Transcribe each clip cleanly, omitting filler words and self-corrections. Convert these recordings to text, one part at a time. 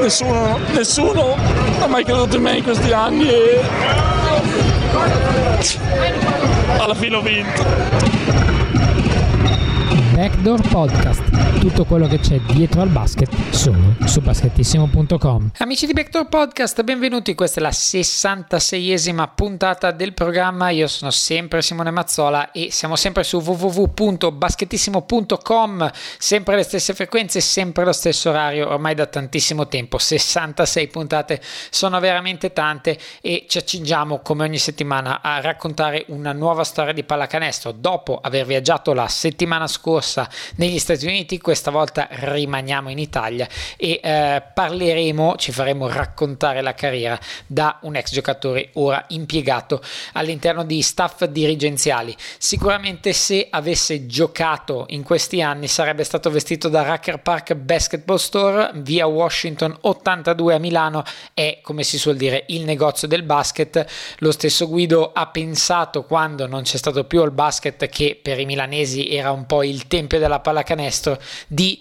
nessuno ha mai creduto in me in questi anni e alla fine ho vinto. Backdoor Podcast, tutto quello che c'è dietro al basket solo su basketissimo.com. Amici di Backdoor Podcast, benvenuti, questa è la 66esima puntata del programma. Io sono sempre Simone Mazzola e siamo sempre su www.basketissimo.com, sempre le stesse frequenze, sempre lo stesso orario, ormai da tantissimo tempo. 66 puntate sono veramente tante e ci accingiamo come ogni settimana a raccontare una nuova storia di pallacanestro. Dopo aver viaggiato la settimana scorsa negli Stati Uniti, questa volta rimaniamo in Italia e ci faremo raccontare la carriera da un ex giocatore ora impiegato all'interno di staff dirigenziali. Sicuramente se avesse giocato in questi anni sarebbe stato vestito da Rucker Park Basketball Store, via Washington 82 a Milano. È, come si suol dire, il negozio del basket. Lo stesso Guido ha pensato, quando non c'è stato più il basket, che per i milanesi era un po' il tempio della pallacanestro, di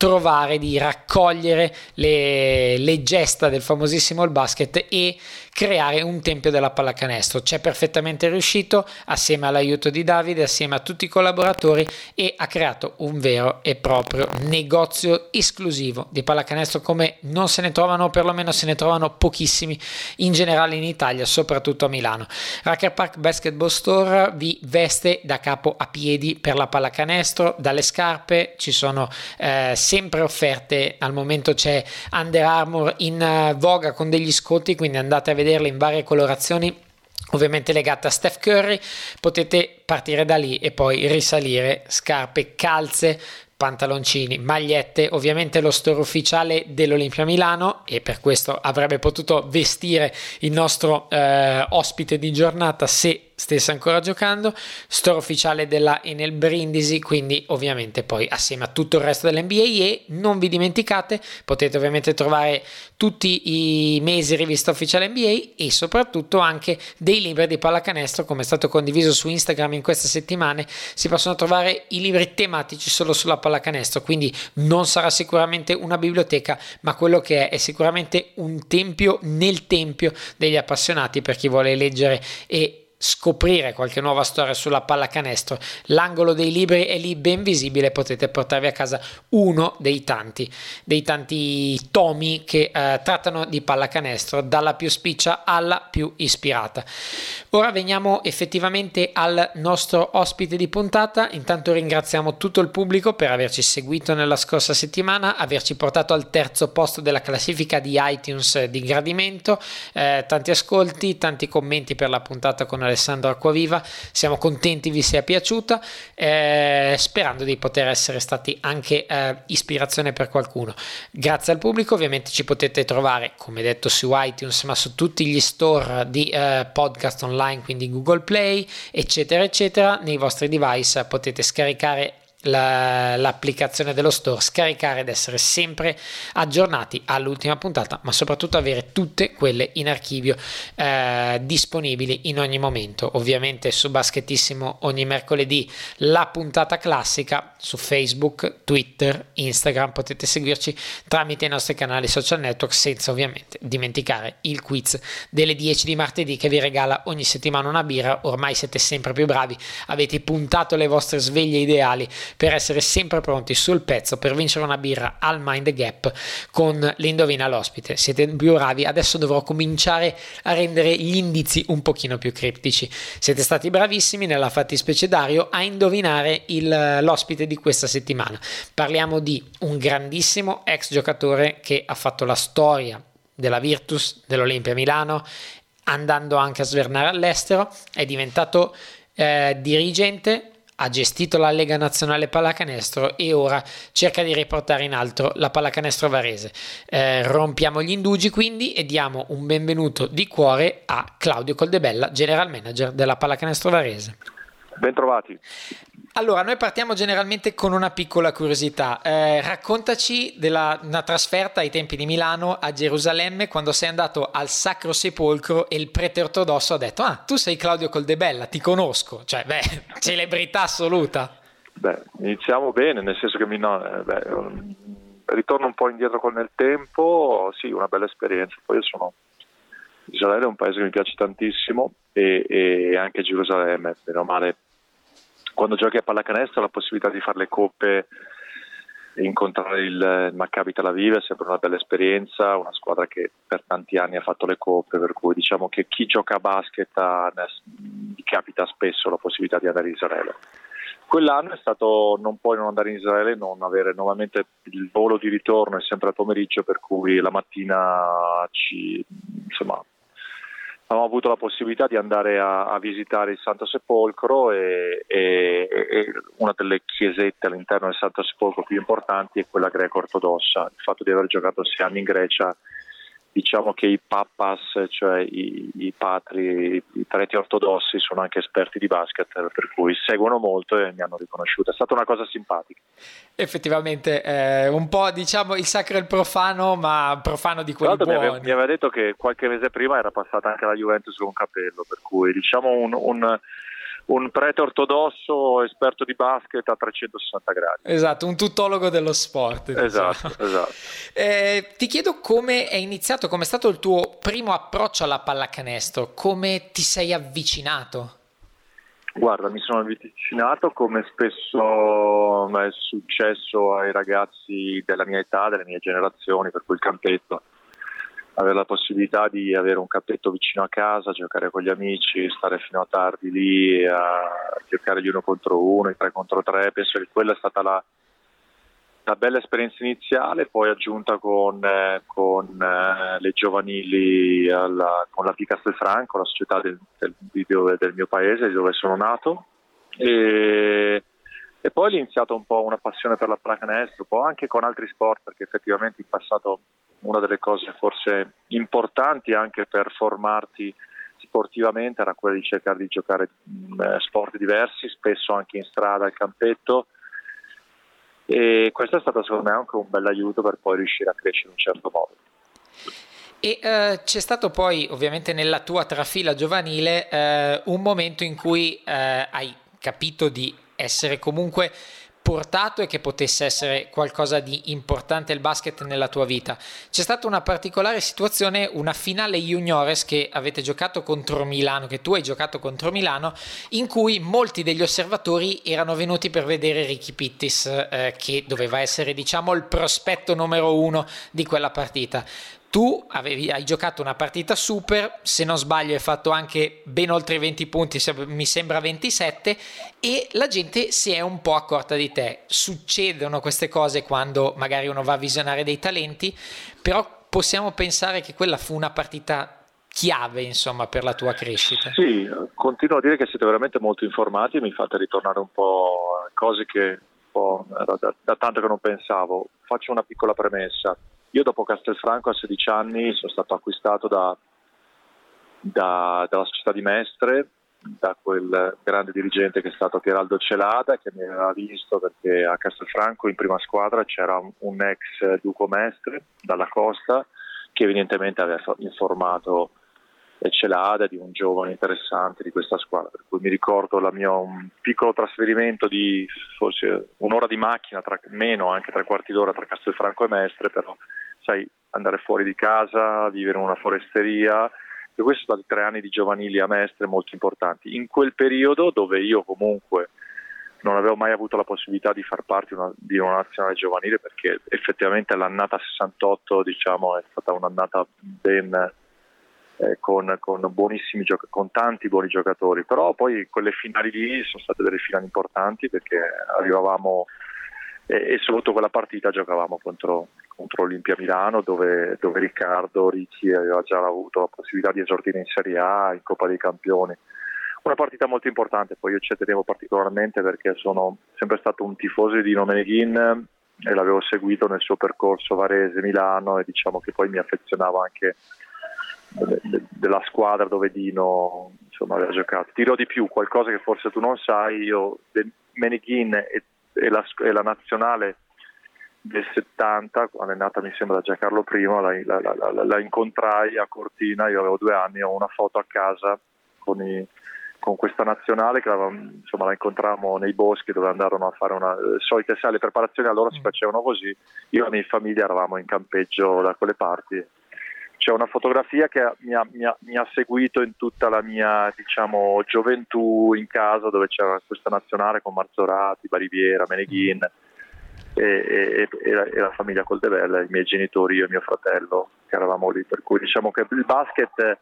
raccogliere le gesta del famosissimo il basket e creare un tempio della pallacanestro. C'è perfettamente riuscito, assieme all'aiuto di Davide, assieme a tutti i collaboratori, e ha creato un vero e proprio negozio esclusivo di pallacanestro come non se ne trovano, o perlomeno se ne trovano pochissimi in generale in Italia, soprattutto a Milano. Rucker Park Basketball Store vi veste da capo a piedi per la pallacanestro, dalle scarpe ci sono sempre offerte. Al momento c'è Under Armour in voga con degli sconti, quindi andate a vederle in varie colorazioni, ovviamente legate a Steph Curry. Potete partire da lì e poi risalire: scarpe, calze, pantaloncini, magliette. Ovviamente lo store ufficiale dell'Olimpia Milano, e per questo avrebbe potuto vestire il nostro ospite di giornata se stesse ancora giocando. Store ufficiale della Enel Brindisi, quindi ovviamente poi assieme a tutto il resto dell'NBA. E non vi dimenticate, potete ovviamente trovare tutti i mesi rivista ufficiale NBA e soprattutto anche dei libri di pallacanestro, come è stato condiviso su Instagram in queste settimane. Si possono trovare i libri tematici solo sulla pallacanestro, quindi non sarà sicuramente una biblioteca, ma quello che è sicuramente un tempio nel tempio degli appassionati, per chi vuole leggere e scoprire qualche nuova storia sulla pallacanestro. L'angolo dei libri è lì ben visibile, potete portarvi a casa uno dei tanti tomi che trattano di pallacanestro, dalla più spiccia alla più ispirata. Ora veniamo effettivamente al nostro ospite di puntata. Intanto ringraziamo tutto il pubblico per averci seguito nella scorsa settimana, averci portato al terzo posto della classifica di iTunes di gradimento, tanti ascolti, tanti commenti per la puntata con Alessandro Acquaviva. Siamo contenti vi sia piaciuta, sperando di poter essere stati anche ispirazione per qualcuno. Grazie al pubblico. Ovviamente ci potete trovare, come detto, su iTunes, ma su tutti gli store di podcast online, quindi Google Play, eccetera eccetera. Nei vostri device potete scaricare l'applicazione dello store, scaricare ed essere sempre aggiornati all'ultima puntata, ma soprattutto avere tutte quelle in archivio disponibili in ogni momento. Ovviamente su Basketissimo ogni mercoledì la puntata classica, su Facebook, Twitter, Instagram potete seguirci tramite i nostri canali social network, senza ovviamente dimenticare il quiz delle 10 di martedì che vi regala ogni settimana una birra. Ormai siete sempre più bravi, avete puntato le vostre sveglie ideali per essere sempre pronti sul pezzo per vincere una birra al Mind Gap con l'Indovina l'ospite. Siete più bravi, adesso dovrò cominciare a rendere gli indizi un pochino più criptici. Siete stati bravissimi, nella fattispecie Dario, a indovinare l'ospite di questa settimana. Parliamo di un grandissimo ex giocatore che ha fatto la storia della Virtus, dell'Olimpia Milano, andando anche a svernare all'estero. È diventato dirigente, ha gestito la Lega Nazionale Pallacanestro e ora cerca di riportare in alto la pallacanestro varese. Rompiamo gli indugi quindi e diamo un benvenuto di cuore a Claudio Coldebella, General Manager della pallacanestro varese. Bentrovati. Allora, noi partiamo generalmente con una piccola curiosità. Raccontaci della una trasferta ai tempi di Milano a Gerusalemme, quando sei andato al Sacro Sepolcro e il prete ortodosso ha detto: ah, tu sei Claudio Coldebella, ti conosco. Cioè, celebrità assoluta. Iniziamo bene, nel senso che ritorno un po' indietro nel tempo, sì, una bella esperienza. Poi Israele è un paese che mi piace tantissimo e anche Gerusalemme, meno male. Quando giochi a pallacanestro la possibilità di fare le coppe e incontrare il Maccabi Tel Aviv è sempre una bella esperienza, una squadra che per tanti anni ha fatto le coppe, per cui diciamo che chi gioca a basket gli capita spesso la possibilità di andare in Israele. Quell'anno è stato non puoi non andare in Israele, non avere normalmente il volo di ritorno è sempre al pomeriggio, per cui la mattina abbiamo avuto la possibilità di andare a visitare il Santo Sepolcro e una delle chiesette all'interno del Santo Sepolcro più importanti è quella greco-ortodossa. Il fatto di aver giocato 6 anni in Grecia, diciamo che i pappas, cioè i patri, i preti ortodossi, sono anche esperti di basket, per cui seguono molto e mi hanno riconosciuto. È stata una cosa simpatica. Effettivamente un po', diciamo, il sacro e il profano, ma profano di quelli buoni. Mi aveva detto che qualche mese prima era passata anche la Juventus con Capello, per cui diciamo un prete ortodosso esperto di basket a 360 gradi. Esatto, un tuttologo dello sport. Esatto. Ti chiedo come è iniziato, come è stato il tuo primo approccio alla pallacanestro, come ti sei avvicinato? Guarda, mi sono avvicinato come spesso è successo ai ragazzi della mia età, delle mie generazioni, per cui il campetto. Avere la possibilità di avere un campetto vicino a casa, giocare con gli amici, stare fino a tardi lì, a giocare gli 1 contro 1, i 3 contro 3, penso che quella è stata la bella esperienza iniziale, poi aggiunta con le giovanili con la P. Castelfranco, la società del mio paese, di dove sono nato, e poi è iniziata un po' una passione per la pallacanestro, un po' anche con altri sport, perché effettivamente in passato una delle cose forse importanti anche per formarti sportivamente era quella di cercare di giocare sport diversi, spesso anche in strada, al campetto, e questo è stato secondo me anche un bel aiuto per poi riuscire a crescere in un certo modo. E c'è stato poi ovviamente nella tua trafila giovanile un momento in cui hai capito di essere comunque portato e che potesse essere qualcosa di importante il basket nella tua vita. C'è stata una particolare situazione, una finale juniores che avete giocato contro Milano, che tu hai giocato contro Milano, in cui molti degli osservatori erano venuti per vedere Ricky Pittis, che doveva essere, diciamo, il prospetto numero 1 di quella partita. Tu hai giocato una partita super, se non sbaglio hai fatto anche ben oltre i 20 punti, mi sembra 27, e la gente si è un po' accorta di te. Succedono queste cose quando magari uno va a visionare dei talenti, però possiamo pensare che quella fu una partita chiave, insomma, per la tua crescita. Sì, continuo a dire che siete veramente molto informati e mi fate ritornare un po' a cose che da tanto che non pensavo. Faccio una piccola premessa. Io dopo Castelfranco a 16 anni sono stato acquistato dalla società di Mestre, da quel grande dirigente che è stato Pieraldo Celada, che mi aveva visto perché a Castelfranco in prima squadra c'era un ex Duco Mestre dalla Costa che evidentemente aveva informato Celada di un giovane interessante di questa squadra, per cui mi ricordo un piccolo trasferimento di forse un'ora di macchina, meno anche 3/4 d'ora tra Castelfranco e Mestre, però sai, andare fuori di casa, vivere in una foresteria, e questi sono stati 3 anni di giovanili a Mestre molto importanti. In quel periodo, dove io comunque non avevo mai avuto la possibilità di far parte di una nazionale giovanile, perché effettivamente l'annata 68 diciamo è stata un'annata ben con buonissimi con tanti buoni giocatori, però poi quelle finali lì sono state delle finali importanti perché arrivavamo e soprattutto quella partita giocavamo contro Olimpia Milano dove Riccardo Ricci aveva già avuto la possibilità di esordire in Serie A, in Coppa dei Campioni. Una partita molto importante, poi io ci tenevo particolarmente perché sono sempre stato un tifoso di Dino Meneghin e l'avevo seguito nel suo percorso Varese-Milano e diciamo che poi mi affezionavo anche della squadra dove Dino insomma aveva giocato. Ti dirò di più, qualcosa che forse tu non sai, io Meneghin e la nazionale del 70, quando è nata mi sembra da Giancarlo I, la incontrai a Cortina, io avevo 2 anni, ho una foto a casa con con questa nazionale che insomma la incontrammo nei boschi dove andarono a fare una solite le preparazioni, allora si facevano così. Io e la mia famiglia eravamo in campeggio da quelle parti. C'è una fotografia che mi ha seguito in tutta la mia, diciamo, gioventù in casa, dove c'era questa nazionale con Marzorati, Bariviera, Meneghin e la famiglia Coldebella, i miei genitori, io e mio fratello che eravamo lì, per cui diciamo che il basket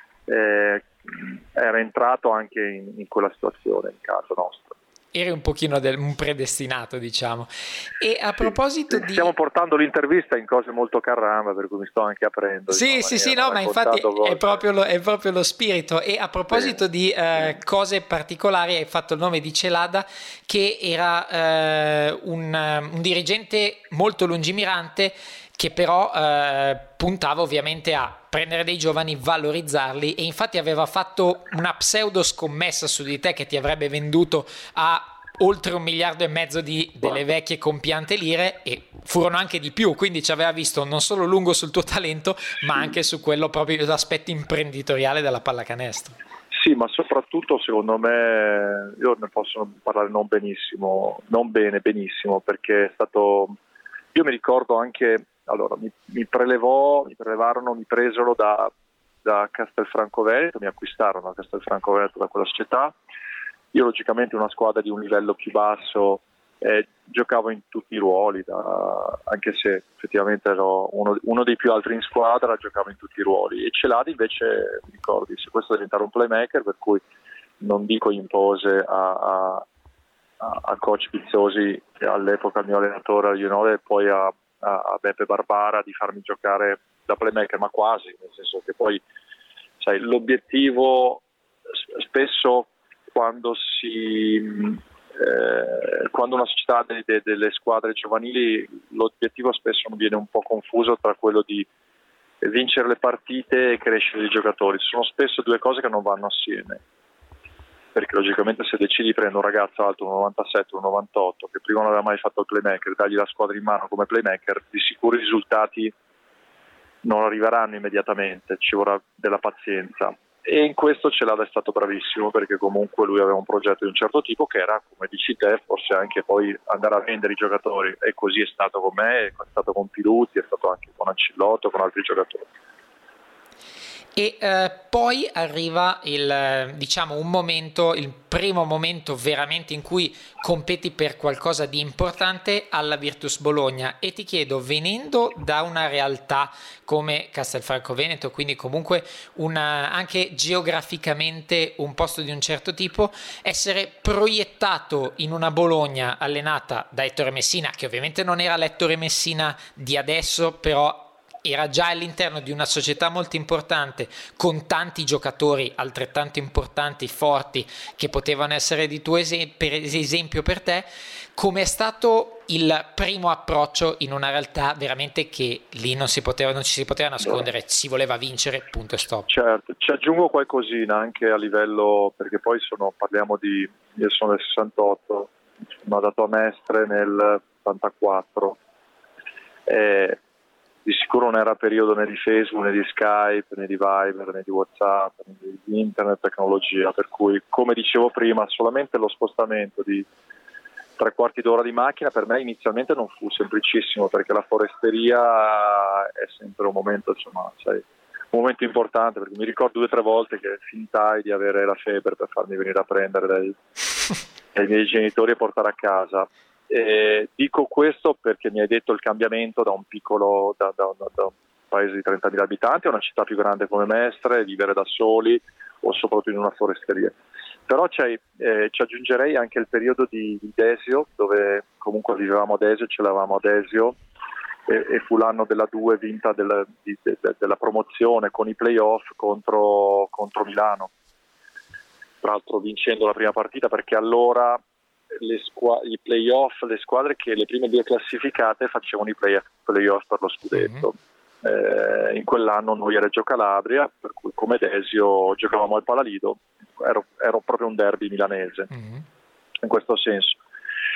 era entrato anche in quella situazione in casa nostra. Eri un pochino un predestinato, diciamo. E a proposito di... Stiamo portando l'intervista in cose molto caramba, per cui mi sto anche aprendo. Sì, no, ma infatti è proprio lo spirito. E a proposito di cose particolari, hai fatto il nome di Celada, che era un dirigente molto lungimirante, che però puntava ovviamente a prendere dei giovani, valorizzarli, e infatti aveva fatto una pseudo scommessa su di te che ti avrebbe venduto a oltre 1,5 miliardi delle vecchie compiante lire, e furono anche di più, quindi ci aveva visto non solo lungo sul tuo talento, ma anche su quello proprio l'aspetto imprenditoriale della pallacanestro. Sì, ma soprattutto secondo me, io ne posso parlare non benissimo, perché è stato, io mi ricordo anche, allora mi presero da Castelfranco Veneto, mi acquistarono a Castelfranco Veneto da quella società. Io logicamente in una squadra di un livello più basso giocavo in tutti i ruoli, anche se effettivamente ero uno dei più alti in squadra, giocavo in tutti i ruoli. E Celada invece, mi ricordi, se questo diventare un playmaker, per cui non dico impose a coach Pizzosi, che all'epoca il mio allenatore al Juniore, e poi a Beppe Barbara, di farmi giocare da playmaker, ma quasi, nel senso che poi sai, l'obiettivo spesso quando una società ha delle squadre giovanili, l'obiettivo spesso viene un po' confuso tra quello di vincere le partite e crescere i giocatori. Sono spesso due cose che non vanno assieme, perché logicamente se decidi di prendere un ragazzo alto 1,97, 1,98 che prima non aveva mai fatto il playmaker, dargli la squadra in mano come playmaker, di sicuro i risultati non arriveranno immediatamente, ci vorrà della pazienza. E in questo Celada è stato bravissimo, perché comunque lui aveva un progetto di un certo tipo che era, come dici te, forse anche poi andare a vendere i giocatori, e così è stato con me, è stato con Piluti, è stato anche con Ancillotto, con altri giocatori. E poi arriva un momento, il primo momento veramente in cui competi per qualcosa di importante alla Virtus Bologna, e ti chiedo, venendo da una realtà come Castelfranco Veneto, quindi comunque anche geograficamente un posto di un certo tipo, essere proiettato in una Bologna allenata da Ettore Messina, che ovviamente non era l'Ettore Messina di adesso, però era già all'interno di una società molto importante, con tanti giocatori altrettanto importanti, forti, che potevano essere di tuo esempio per te. Com'è stato il primo approccio in una realtà veramente che lì non ci si poteva nascondere, si voleva vincere, punto e stop? Certo, ci aggiungo qualcosina anche a livello, perché poi io sono del 68, sono andato a Mestre nel 84, di sicuro non era periodo né di Facebook, né di Skype, né di Viber, né di WhatsApp, né di internet, tecnologia, per cui, come dicevo prima, solamente lo spostamento di 3/4 d'ora di macchina per me inizialmente non fu semplicissimo, perché la foresteria è sempre un momento, un momento importante, perché mi ricordo 2 o 3 volte che fintai di avere la febbre per farmi venire a prendere dai miei genitori e portare a casa. Dico questo perché mi hai detto il cambiamento da un piccolo da un paese di 30.000 abitanti a una città più grande come Mestre, vivere da soli o soprattutto in una foresteria. Però ci aggiungerei anche il periodo di Desio, dove comunque vivevamo a Desio, ce l'avevamo a Desio, e fu l'anno della 2 vinta della promozione con i playoff contro Milano, tra l'altro vincendo la prima partita, perché allora i playoff, le squadre che le prime 2 classificate facevano i playoff per lo scudetto. In quell'anno noi a Reggio Calabria, per cui come Desio giocavamo al Palalido, ero proprio un derby milanese in questo senso.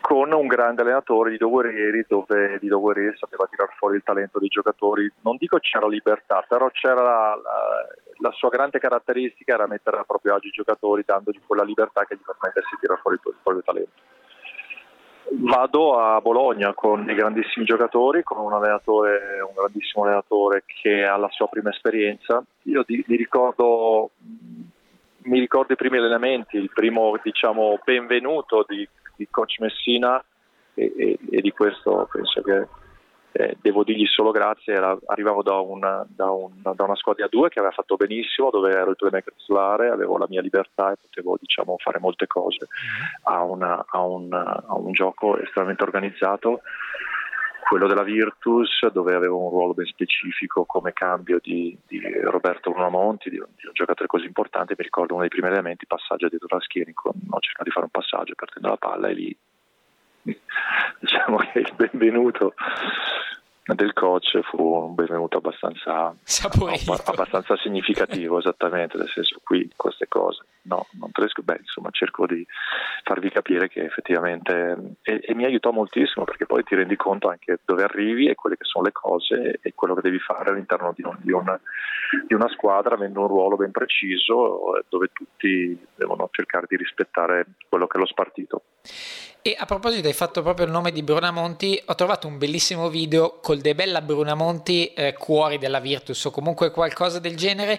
con un grande allenatore, Lido Guerrieri, dove Lido Guerrieri sapeva tirar fuori il talento dei giocatori. Non dico c'era libertà, però c'era la sua grande caratteristica era mettere a proprio agio i giocatori, dandogli quella libertà che gli permettesse di tirare fuori il proprio talento. Vado a Bologna con dei grandissimi giocatori, con un grandissimo allenatore che ha la sua prima esperienza. Io mi ricordo i primi allenamenti, il primo benvenuto di coach Messina e di questo penso che devo dirgli solo grazie. Arrivavo da una squadra a due che aveva fatto benissimo, dove ero il playmaker titolare, avevo la mia libertà e potevo fare molte cose a un gioco estremamente organizzato, quello della Virtus, dove avevo un ruolo ben specifico come cambio di Roberto Brunamonti, di un giocatore così importante. Mi ricordo uno dei primi elementi, passaggio dietro la schiena, ho cercato di fare un passaggio partendo la palla e lì diciamo che il benvenuto del coach fu un benvenuto abbastanza significativo, esattamente, nel senso, qui queste cose no, non riesco, cerco di farvi capire che effettivamente e mi aiutò moltissimo, perché poi ti rendi conto anche dove arrivi e quelle che sono le cose e quello che devi fare all'interno di una squadra, avendo un ruolo ben preciso dove tutti devono cercare di rispettare quello che è lo spartito. E a proposito, hai fatto proprio il nome di Brunamonti, ho trovato un bellissimo video col De Bella Brunamonti, cuori della Virtus o comunque qualcosa del genere.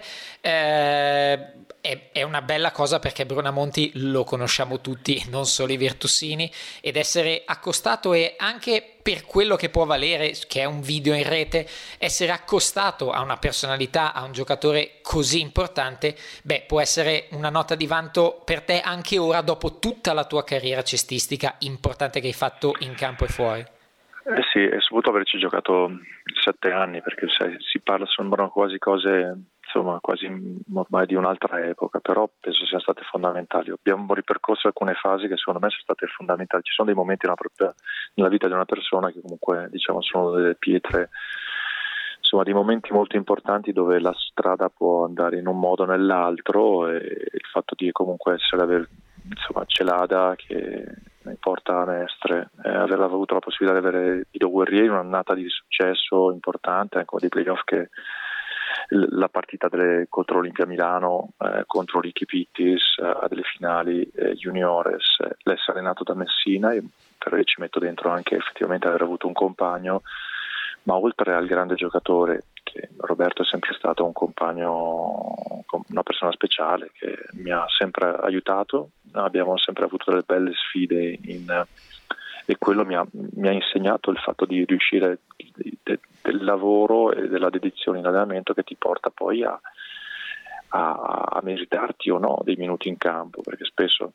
È una bella cosa, perché Brunamonti lo conosciamo tutti, non solo i virtusini, ed essere accostato, e anche per quello che può valere, che è un video in rete, essere accostato a una personalità, a un giocatore così importante, può essere una nota di vanto per te anche ora, dopo tutta la tua carriera cestistica importante che hai fatto in campo e fuori. Sì, è soprattutto averci giocato 7 anni, perché si parla, sembrano quasi cose quasi ormai di un'altra epoca, però penso siano state fondamentali. Abbiamo ripercorso alcune fasi che secondo me sono state fondamentali. Ci sono dei momenti nella vita di una persona che comunque sono delle pietre, dei momenti molto importanti dove la strada può andare in un modo o nell'altro, e il fatto di comunque Celada che mi porta a Mestre, aver avuto la possibilità di avere Lido Guerrieri, un'annata di successo importante, anche dei playoff, che la partita contro Olimpia Milano, contro l'Ichi Pittis, a delle finali juniores, l'essere allenato da Messina, però ci metto dentro anche effettivamente aver avuto un compagno, ma oltre al grande giocatore, che Roberto è sempre stato un compagno, una persona speciale che mi ha sempre aiutato. Abbiamo sempre avuto delle belle sfide e quello mi ha insegnato il fatto di riuscire, del lavoro e della dedizione in allenamento, che ti porta poi a meritarti o no dei minuti in campo, perché spesso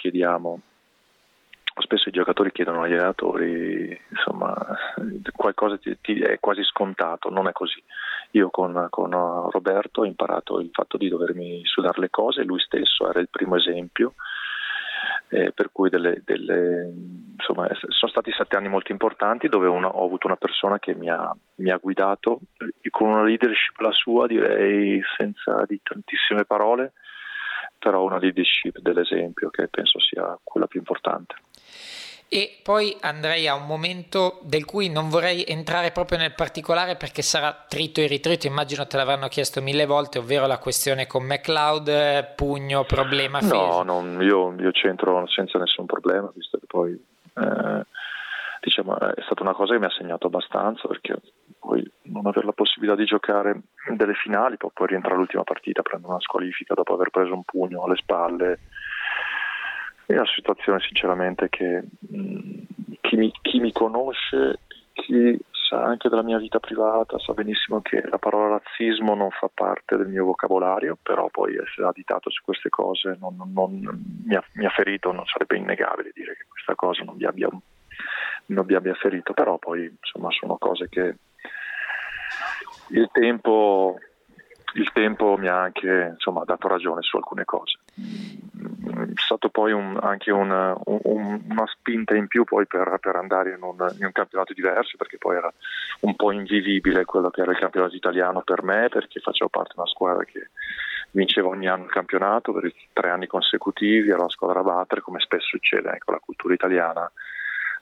i giocatori chiedono agli allenatori qualcosa è quasi scontato. Non è così. Io con Roberto ho imparato il fatto di dovermi sudare le cose, lui stesso era il primo esempio, per cui sono stati 7 anni molto importanti, dove ho avuto una persona che mi ha guidato con una leadership, la sua, direi senza di tantissime parole, però una leadership dell'esempio che penso sia quella più importante. E poi andrei a un momento del cui non vorrei entrare proprio nel particolare, perché sarà trito e ritrito, immagino te l'avranno chiesto 1000 volte, ovvero la questione con McLeod, pugno, problema fisico. No, io c'entro senza nessun problema, visto che poi è stata una cosa che mi ha segnato abbastanza, perché poi non avere la possibilità di giocare delle finali, poi rientrare all'ultima partita, prendere una squalifica dopo aver preso un pugno alle spalle. È una situazione sinceramente che chi mi conosce, chi sa anche della mia vita privata, sa benissimo che la parola razzismo non fa parte del mio vocabolario, però poi essere additato su queste cose mi ha ferito. Non sarebbe innegabile dire che questa cosa non mi abbia ferito, però poi sono cose che il tempo mi ha anche dato ragione su alcune cose. È stato poi anche una spinta in più poi per andare in un campionato diverso, perché poi era un po' invivibile quello che era il campionato italiano per me, perché facevo parte di una squadra che vinceva ogni anno il campionato per 3 anni consecutivi, era la squadra a battere, come spesso succede con la cultura italiana.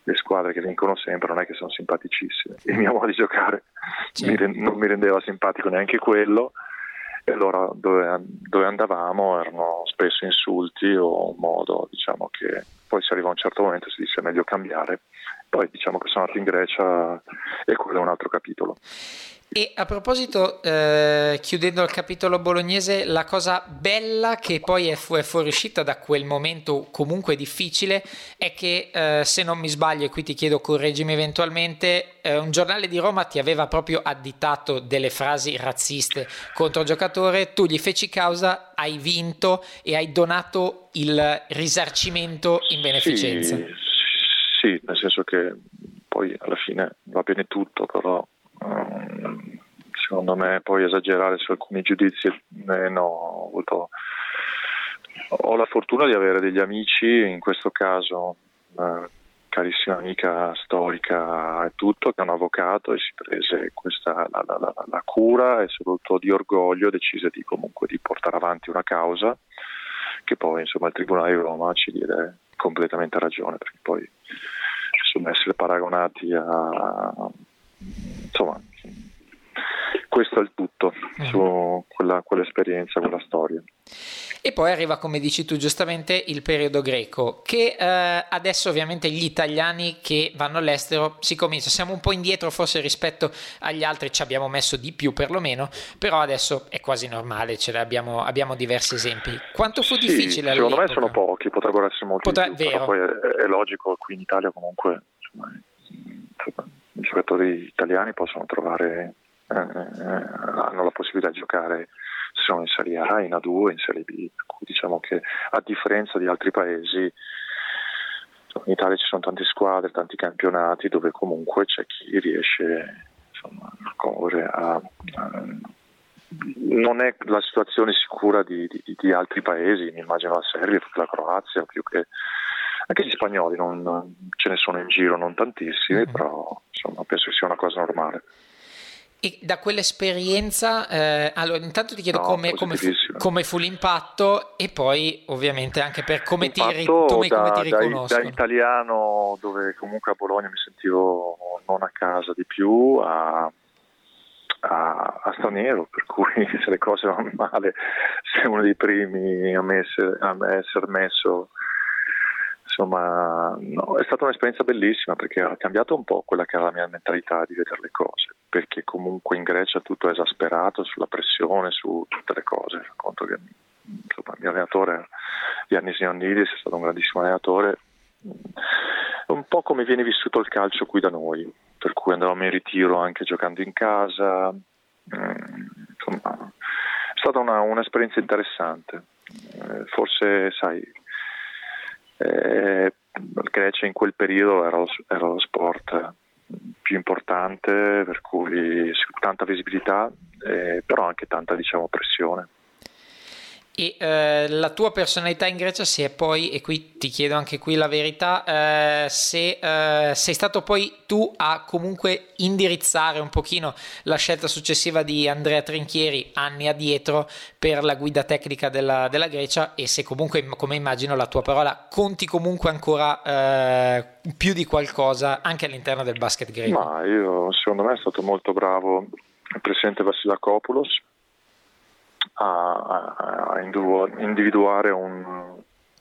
le squadre che vincono sempre non è che sono simpaticissime. Il mio modo di giocare Certo. non mi rendeva simpatico neanche quello, e allora dove andavamo erano spesso insulti o un modo, diciamo, che poi si arriva a un certo momento e si dice è meglio cambiare. Poi diciamo che sono andato in Grecia e quello è un altro capitolo. E a proposito, chiudendo il capitolo bolognese, la cosa bella che poi è fuoriuscita da quel momento comunque difficile è che, se non mi sbaglio, e qui ti chiedo, correggimi eventualmente, un giornale di Roma ti aveva proprio additato delle frasi razziste contro il giocatore, tu gli feci causa, hai vinto e hai donato il risarcimento in beneficenza. Sì, nel senso che poi alla fine va bene tutto, però secondo me poi esagerare su alcuni giudizi no, ho la fortuna di avere degli amici, in questo caso una carissima amica storica e tutto, che è un avvocato e si prese questa la cura e soprattutto di orgoglio decise di comunque di portare avanti una causa che poi insomma il Tribunale di Roma ci diede completamente ragione, perché poi insomma essere paragonati a insomma questo è il tutto su quell'esperienza, quella storia. E poi arriva, come dici tu giustamente, il periodo greco, che adesso ovviamente gli italiani che vanno all'estero si comincia, siamo un po' indietro forse rispetto agli altri, ci abbiamo messo di più perlomeno, però adesso è quasi normale, abbiamo diversi esempi. Quanto fu difficile all'epoca? Secondo me sono pochi, potrebbero essere molti di più, vero. Però poi è logico, qui in Italia comunque insomma, i giocatori italiani possono trovare hanno la possibilità di giocare se sono in Serie A, in A2, in Serie B, per cui diciamo che a differenza di altri paesi in Italia ci sono tante squadre, tanti campionati dove comunque c'è chi riesce insomma, a correre non è la situazione sicura di altri paesi, mi immagino la Serbia, la Croazia, più che anche gli spagnoli, non ce ne sono in giro, non tantissimi, però insomma penso che sia una cosa normale. E da quell'esperienza, allora intanto ti chiedo come fu l'impatto e poi ovviamente anche per come ti riconoscono. Da italiano, dove comunque a Bologna mi sentivo non a casa di più, a straniero, per cui se le cose vanno male sei uno dei primi a essere messo. Insomma, no, è stata un'esperienza bellissima perché ha cambiato un po' quella che era la mia mentalità di vedere le cose, perché comunque in Grecia tutto è esasperato sulla pressione, su tutte le cose. Conto che insomma, il mio allenatore Yannis Ioannidis è stato un grandissimo allenatore, un po' come viene vissuto il calcio qui da noi, per cui andavamo in ritiro anche giocando in casa, insomma è stata un'esperienza interessante, forse sai il Grecia in quel periodo era lo sport più importante, per cui tanta visibilità, però anche tanta diciamo pressione. E la tua personalità in Grecia si è poi, e qui ti chiedo anche qui la verità, se sei stato poi tu a comunque indirizzare un pochino la scelta successiva di Andrea Trinchieri anni addietro per la guida tecnica della Grecia, e se comunque, come immagino, la tua parola conti comunque ancora più di qualcosa anche all'interno del basket greco. Ma secondo me è stato molto bravo il presidente Vassilakopoulos a individuare un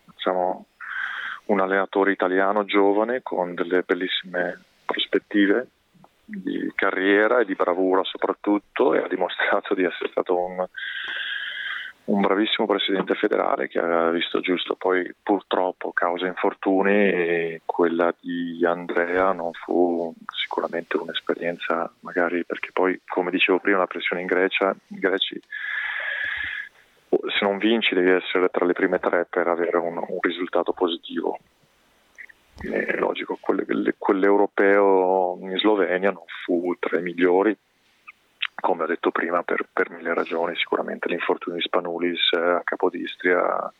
allenatore italiano giovane con delle bellissime prospettive di carriera e di bravura soprattutto, e ha dimostrato di essere stato un bravissimo presidente federale che aveva visto giusto. Poi purtroppo causa infortuni quella di Andrea non fu sicuramente un'esperienza, magari perché poi, come dicevo prima, la pressione in Grecia, i greci se non vinci devi essere tra le prime tre per avere un risultato positivo. È logico, quell'europeo in Slovenia non fu tra i migliori, come ho detto prima, per mille ragioni. Sicuramente l'infortunio di Spanulis a Capodistria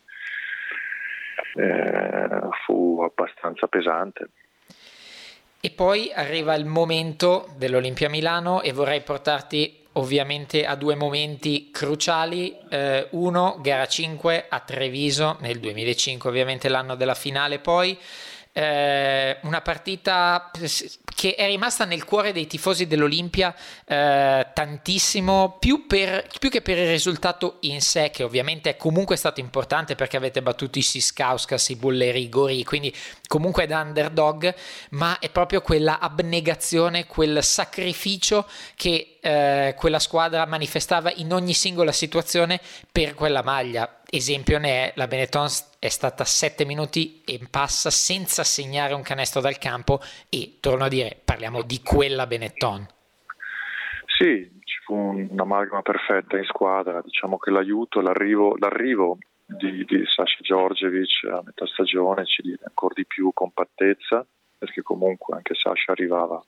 fu abbastanza pesante. E poi arriva il momento dell'Olimpia Milano e vorrei portarti ovviamente a due momenti cruciali. Uno, gara 5 a Treviso nel 2005, ovviamente l'anno della finale. Poi una partita che è rimasta nel cuore dei tifosi dell'Olimpia tantissimo, più che per il risultato in sé, che ovviamente è comunque stato importante perché avete battuto i Siskauskas, i Bulleri, i Gori, quindi comunque da underdog, ma è proprio quella abnegazione, quel sacrificio che quella squadra manifestava in ogni singola situazione per quella maglia. Esempio ne è la Benetton, è stata 7 minuti e passa senza segnare un canestro dal campo, e torno a dire, parliamo di quella Benetton. Sì, ci fu un'amalgama perfetta in squadra, diciamo che l'arrivo di Sasha Djordjevic a metà stagione ci diede ancora di più compattezza, perché comunque anche Sasha arrivava,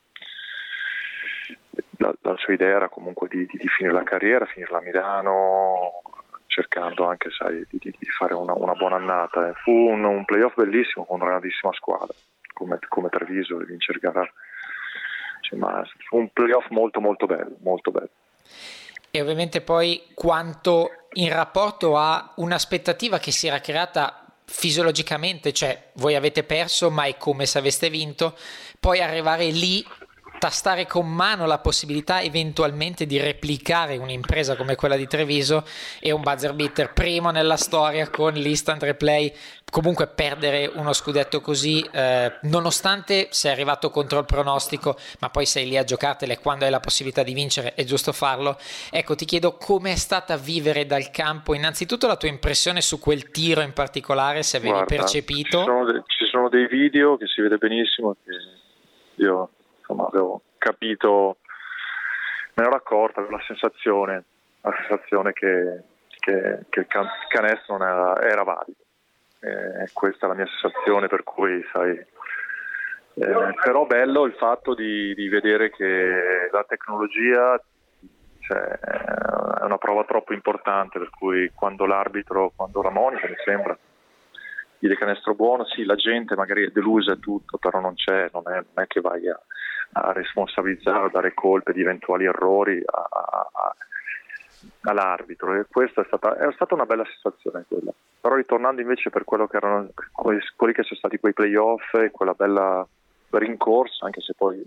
la sua idea era comunque di finire la carriera, finirla a Milano, cercando anche, sai, di fare una buona annata. Fu un playoff bellissimo con una grandissima squadra come Treviso, e vincere gara, cioè, ma fu un playoff molto molto bello, molto bello. E ovviamente poi quanto in rapporto a un'aspettativa che si era creata fisiologicamente, cioè voi avete perso ma è come se aveste vinto, poi arrivare lì, tastare con mano la possibilità eventualmente di replicare un'impresa come quella di Treviso, e un buzzer beater primo nella storia con l'instant replay, comunque perdere uno scudetto così, nonostante sei arrivato contro il pronostico, ma poi sei lì a giocartele, quando hai la possibilità di vincere è giusto farlo. Ecco, ti chiedo come è stata vivere dal campo, innanzitutto la tua impressione su quel tiro in particolare, se avevi percepito. Ci sono dei video che si vede benissimo, che io insomma avevo capito, me ne ero accorta, avevo la sensazione che il canestro non era valido. Questa è la mia sensazione, per cui sai, però bello il fatto di vedere che la tecnologia, cioè, è una prova troppo importante, per cui quando la monica, mi sembra, dice canestro buono, sì, la gente magari è delusa e tutto, però non è che vai a responsabilizzare, a dare colpe di eventuali errori all'arbitro, e questa è stata una bella sensazione quella. Però ritornando invece per quello che erano quelli che sono stati quei playoff e quella bella rincorsa, anche se poi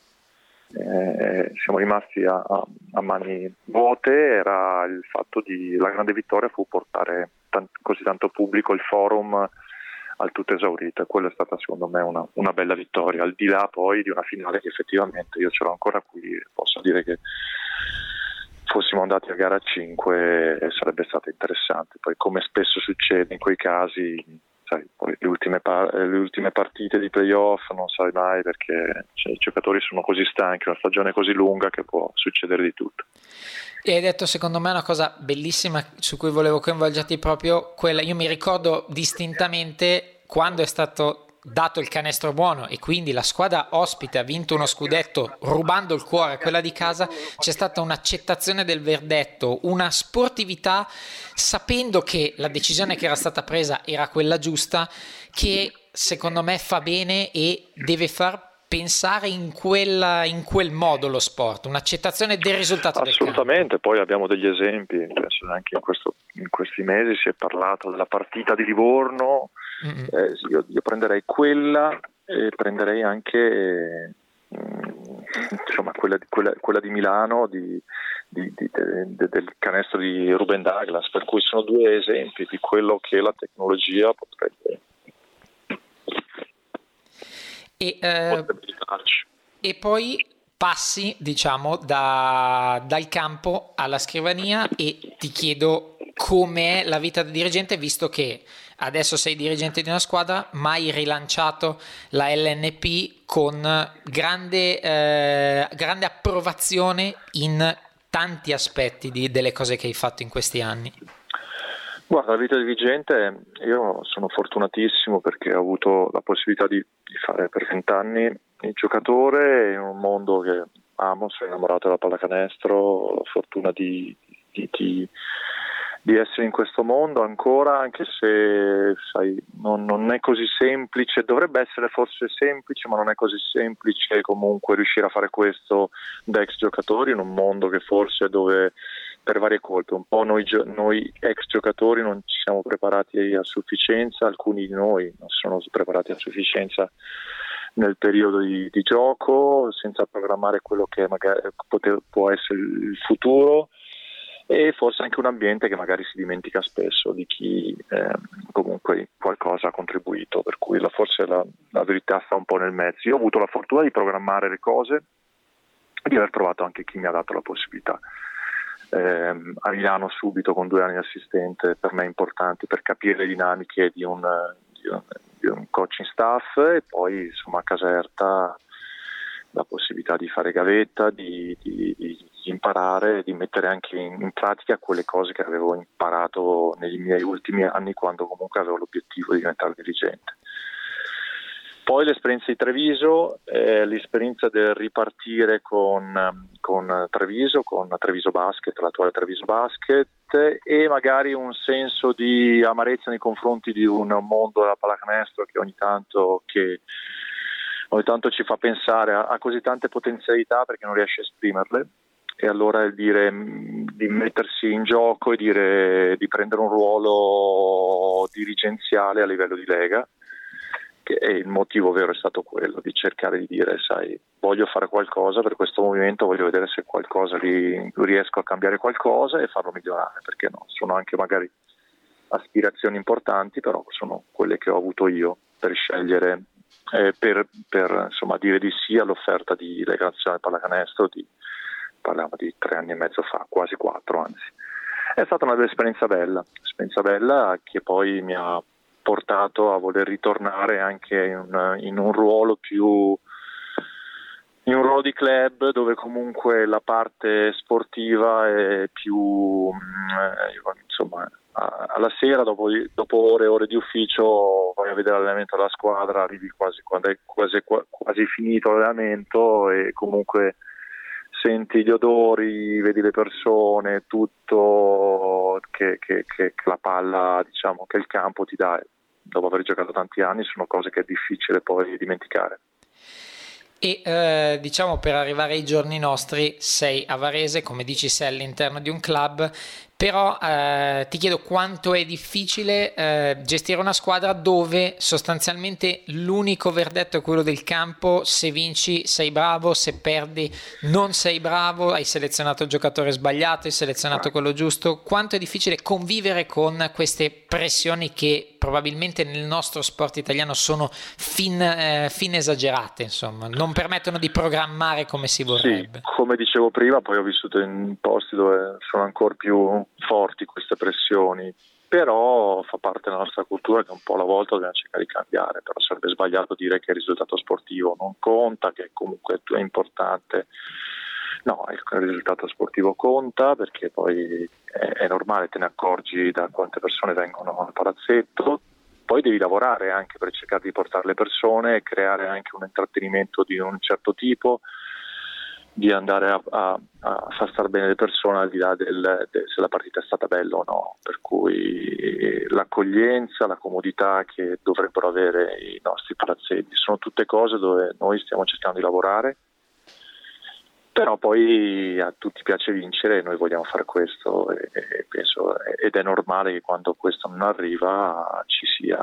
siamo rimasti a mani vuote, era il fatto la grande vittoria fu portare così tanto pubblico, il forum al tutto esaurito, e quella è stata secondo me una bella vittoria, al di là poi di una finale che effettivamente io ce l'ho ancora qui, posso dire che fossimo andati a gara 5 sarebbe stato interessante. Poi, come spesso succede in quei casi, sai, poi le ultime partite di playoff non sai mai, perché i giocatori sono così stanchi, una stagione così lunga, che può succedere di tutto. E hai detto secondo me una cosa bellissima su cui volevo coinvolgerti, proprio quella, io mi ricordo distintamente quando è stato dato il canestro buono e quindi la squadra ospite ha vinto uno scudetto rubando il cuore a quella di casa, c'è stata un'accettazione del verdetto, una sportività, sapendo che la decisione che era stata presa era quella giusta, che secondo me fa bene e deve far pensare in quel modo lo sport, un'accettazione del risultato del campo. Assolutamente, poi abbiamo degli esempi, penso anche in questi mesi si è parlato della partita di Livorno. Io prenderei quella e prenderei anche insomma quella di Milano del canestro di Ruben Douglas, per cui sono due esempi di quello che la tecnologia potrebbe e poi passi, diciamo, dal campo alla scrivania, e ti chiedo com'è la vita da dirigente, visto che adesso sei dirigente di una squadra, ma hai rilanciato la LNP con grande approvazione in tanti aspetti delle cose che hai fatto in questi anni. Guarda, la vita di dirigente, io sono fortunatissimo perché ho avuto la possibilità di fare per 20 anni il giocatore in un mondo che amo, sono innamorato della pallacanestro, ho la fortuna di essere in questo mondo ancora, anche se sai, non è così semplice, dovrebbe essere forse semplice, ma non è così semplice comunque riuscire a fare questo da ex giocatori in un mondo che forse dove per varie colpe. Un po' noi ex giocatori non ci siamo preparati a sufficienza, alcuni di noi non si sono preparati a sufficienza nel periodo di gioco, senza programmare quello che magari può essere il futuro, e forse anche un ambiente che magari si dimentica spesso di chi comunque qualcosa ha contribuito, per cui forse la verità sta un po' nel mezzo. Io ho avuto la fortuna di programmare le cose e di aver trovato anche chi mi ha dato la possibilità. A Milano subito, con 2 anni di assistente, per me importanti per capire le dinamiche di un coaching staff, e poi insomma a Caserta la possibilità di fare gavetta, di imparare, di mettere anche in pratica quelle cose che avevo imparato nei miei ultimi anni, quando comunque avevo l'obiettivo di diventare dirigente. Poi l'esperienza di Treviso, l'esperienza del ripartire con Treviso, con Treviso Basket, l'attuale Treviso Basket, e magari un senso di amarezza nei confronti di un mondo della pallacanestro che ogni tanto ci fa pensare a così tante potenzialità perché non riesce a esprimerle, e allora il dire di mettersi in gioco e di prendere un ruolo dirigenziale a livello di Lega. E il motivo vero è stato quello di cercare di dire, sai, voglio fare qualcosa per questo movimento, voglio vedere se qualcosa riesco a cambiare qualcosa e farlo migliorare, perché no, sono anche magari aspirazioni importanti, però sono quelle che ho avuto io per scegliere, per insomma dire di sì all'offerta di Lega Nazionale Pallacanestro, parliamo di 3 anni e mezzo fa, quasi 4 anzi. È stata una bella esperienza bella che poi mi ha portato a voler ritornare anche in un ruolo di club, dove comunque la parte sportiva è più insomma, alla sera dopo ore e ore di ufficio vai a vedere l'allenamento della squadra, arrivi quasi quando è quasi finito l'allenamento, e comunque senti gli odori, vedi le persone, tutto che la palla, diciamo, che il campo ti dà. Dopo aver giocato tanti anni, sono cose che è difficile poi dimenticare. E diciamo, per arrivare ai giorni nostri, sei a Varese, come dici sei all'interno di un club, però ti chiedo quanto è difficile gestire una squadra dove sostanzialmente l'unico verdetto è quello del campo. Se vinci sei bravo, se perdi non sei bravo, hai selezionato il giocatore sbagliato, hai selezionato quello giusto. Quanto è difficile convivere con queste pressioni che probabilmente nel nostro sport italiano sono fin esagerate, insomma, non permettono di programmare come si vorrebbe. Sì, come dicevo prima, poi ho vissuto in posti dove sono ancora più forti queste pressioni, però fa parte della nostra cultura, che un po' alla volta dobbiamo cercare di cambiare. Però sarebbe sbagliato dire che il risultato sportivo non conta, che comunque è importante. No, il risultato sportivo conta, perché poi è normale, te ne accorgi da quante persone vengono al palazzetto. Poi devi lavorare anche per cercare di portare le persone, creare anche un intrattenimento di un certo tipo, di andare a far star bene le persone, al di là se la partita è stata bella o no. Per cui l'accoglienza, la comodità che dovrebbero avere i nostri palazzetti sono tutte cose dove noi stiamo cercando di lavorare. Però poi a tutti piace vincere e noi vogliamo fare questo, e penso, ed è normale che quando questo non arriva ci sia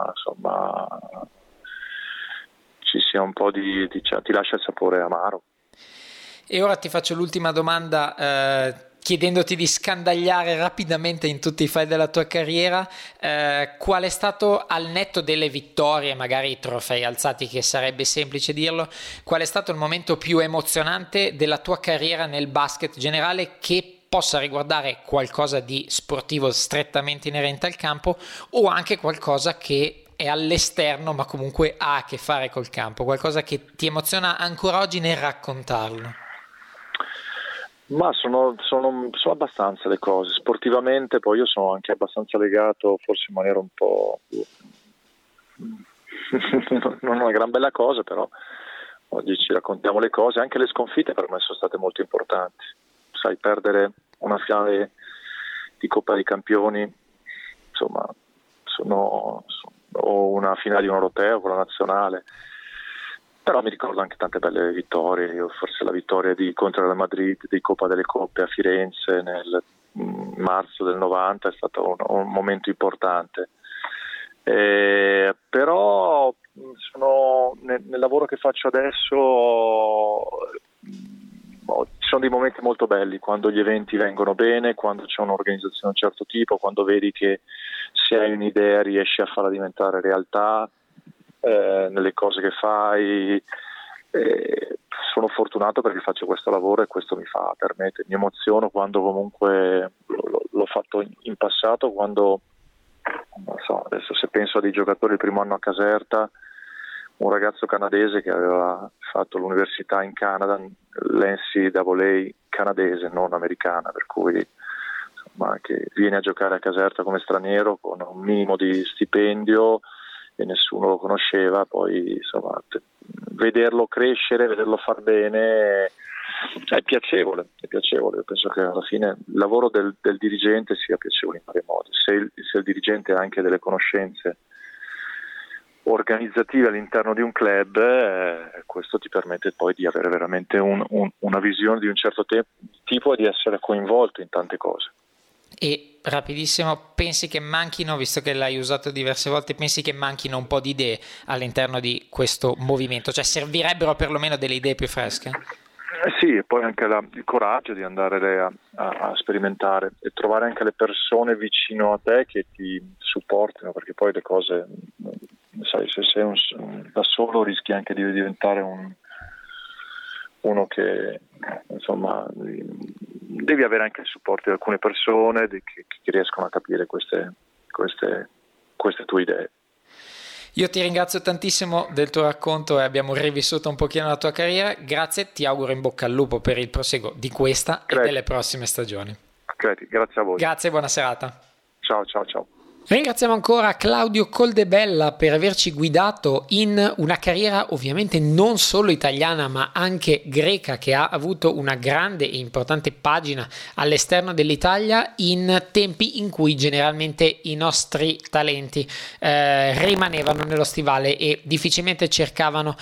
un po' ti lascia il sapore amaro. E ora ti faccio l'ultima domanda, chiedendoti di scandagliare rapidamente in tutti i file della tua carriera, qual è stato, al netto delle vittorie, magari i trofei alzati, che sarebbe semplice dirlo, qual è stato il momento più emozionante della tua carriera nel basket generale, che possa riguardare qualcosa di sportivo strettamente inerente al campo, o anche qualcosa che è all'esterno ma comunque ha a che fare col campo, qualcosa che ti emoziona ancora oggi nel raccontarlo? Ma sono abbastanza le cose. Sportivamente poi io sono anche abbastanza legato, forse in maniera un po' non una gran bella cosa, però oggi ci raccontiamo le cose. Anche le sconfitte per me sono state molto importanti. Sai, perdere una finale di Coppa dei Campioni, insomma, o una finale di un europeo con la nazionale, Però mi ricordo anche tante belle vittorie, forse la vittoria contro il Madrid di Coppa delle Coppe a Firenze nel marzo del 90 è stato un momento importante. Però nel lavoro che faccio adesso ci sono dei momenti molto belli, quando gli eventi vengono bene, quando c'è un'organizzazione di un certo tipo, quando vedi che se hai un'idea riesci a farla diventare realtà nelle cose che fai. Sono fortunato perché faccio questo lavoro e questo mi emoziono quando comunque l'ho fatto in passato, quando non so, adesso se penso a dei giocatori il primo anno a Caserta, un ragazzo canadese che aveva fatto l'università in Canada, l'NCAA canadese, non americana, per cui insomma, che viene a giocare a Caserta come straniero con un minimo di stipendio e nessuno lo conosceva, poi insomma vederlo crescere, vederlo far bene è piacevole. Io penso che alla fine il lavoro del dirigente sia piacevole in vari modi, se il dirigente ha anche delle conoscenze organizzative all'interno di un club, questo ti permette poi di avere veramente una visione di un certo tipo e di essere coinvolto in tante cose. E rapidissimo, pensi che manchino, visto che l'hai usato diverse volte, pensi che manchino un po' di idee all'interno di questo movimento? Cioè servirebbero perlomeno delle idee più fresche? Sì, e poi anche il coraggio di andare a sperimentare e trovare anche le persone vicino a te che ti supportino, perché poi le cose, sai, se sei da solo rischi anche di diventare uno che insomma devi avere anche il supporto di alcune persone che riescono a capire queste tue idee. Io ti ringrazio tantissimo del tuo racconto e abbiamo rivissuto un pochino la tua carriera. Grazie, ti auguro in bocca al lupo per il proseguo di questa e delle prossime stagioni. Grazie a voi. Grazie, buona serata. Ciao. Ringraziamo ancora Claudio Coldebella per averci guidato in una carriera ovviamente non solo italiana ma anche greca, che ha avuto una grande e importante pagina all'esterno dell'Italia in tempi in cui generalmente i nostri talenti rimanevano nello stivale e difficilmente cercavano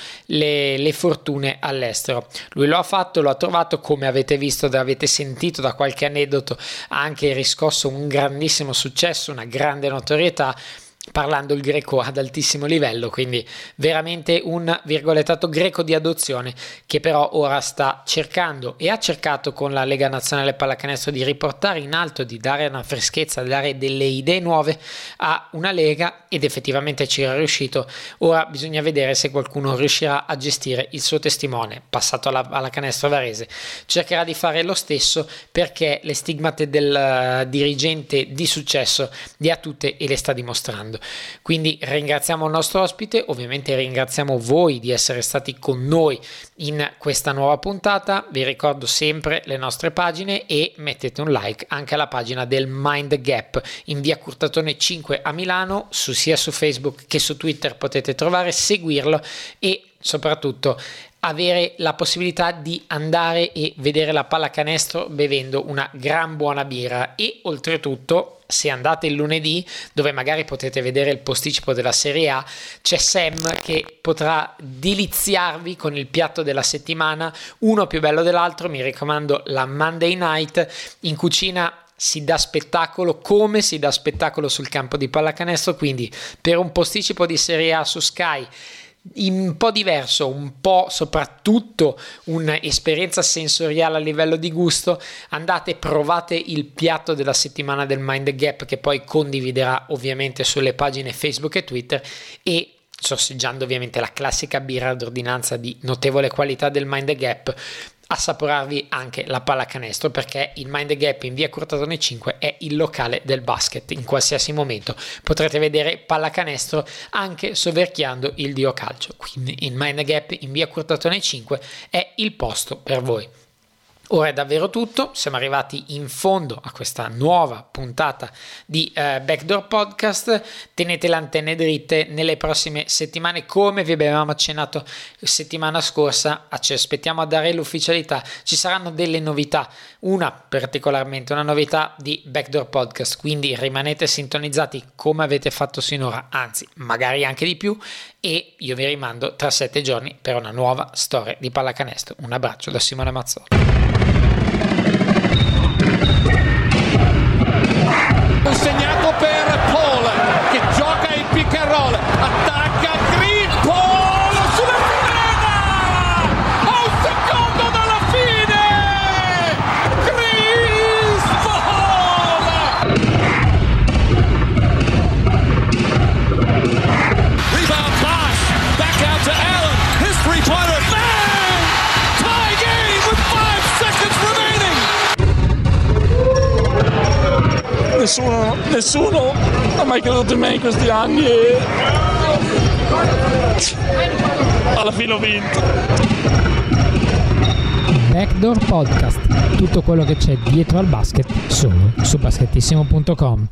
le fortune all'estero. Lui lo ha fatto, lo ha trovato, come avete visto, avete sentito da qualche aneddoto, ha anche riscosso un grandissimo successo, una grande notorietà, parlando il greco ad altissimo livello, quindi veramente un virgolettato greco di adozione, che però ora sta cercando e ha cercato con la Lega Nazionale Pallacanestro di riportare in alto, di dare una freschezza, di dare delle idee nuove a una lega, ed effettivamente ci è riuscito. Ora bisogna vedere se qualcuno riuscirà a gestire il suo testimone passato alla Canestro Varese. Cercherà di fare lo stesso, perché le stigmate del dirigente di successo li ha tutte e le sta dimostrando. Quindi ringraziamo il nostro ospite, ovviamente ringraziamo voi di essere stati con noi in questa nuova puntata. Vi ricordo sempre le nostre pagine e mettete un like anche alla pagina del Mind Gap in via Curtatone 5 a Milano, sia su Facebook che su Twitter potete seguirlo e soprattutto avere la possibilità di andare e vedere la pallacanestro bevendo una gran buona birra. E oltretutto, se andate il lunedì, dove magari potete vedere il posticipo della Serie A, c'è Sam che potrà deliziarvi con il piatto della settimana, uno più bello dell'altro. Mi raccomando, la Monday Night in cucina si dà spettacolo, come si dà spettacolo sul campo di pallacanestro. Quindi per un posticipo di Serie A su Sky un po' diverso, un po' soprattutto un'esperienza sensoriale a livello di gusto, andate, provate il piatto della settimana del Mind Gap, che poi condividerà ovviamente sulle pagine Facebook e Twitter, e sorseggiando ovviamente la classica birra d'ordinanza di notevole qualità del Mind Gap, assaporarvi anche la pallacanestro, perché il Mind Gap in via Curtatone 5 è il locale del basket. In qualsiasi momento potrete vedere pallacanestro anche soverchiando il dio calcio, quindi il Mind Gap in via Curtatone 5 è il posto per voi. Ora è davvero tutto, siamo arrivati in fondo a questa nuova puntata di Backdoor Podcast. Tenete le antenne dritte, nelle prossime settimane, come vi avevamo accennato settimana scorsa, ci aspettiamo a dare l'ufficialità, ci saranno delle novità, una novità di Backdoor Podcast, quindi rimanete sintonizzati come avete fatto sinora, anzi magari anche di più, e io vi rimando tra 7 giorni per una nuova storia di pallacanestro. Un abbraccio da Simone Mazzola. Un segnato per Paul che gioca il pick and roll, attacca Green, Paul sulla sirena, a un secondo dalla fine, Chris Paul. Rebound pass, back out to Allen, his three-pointer, bang, tie game with 5 seconds remaining. Nessuno ha mai creduto in me in questi anni e alla fine ho vinto. Backdoor Podcast, tutto quello che c'è dietro al basket solo su basketissimo.com.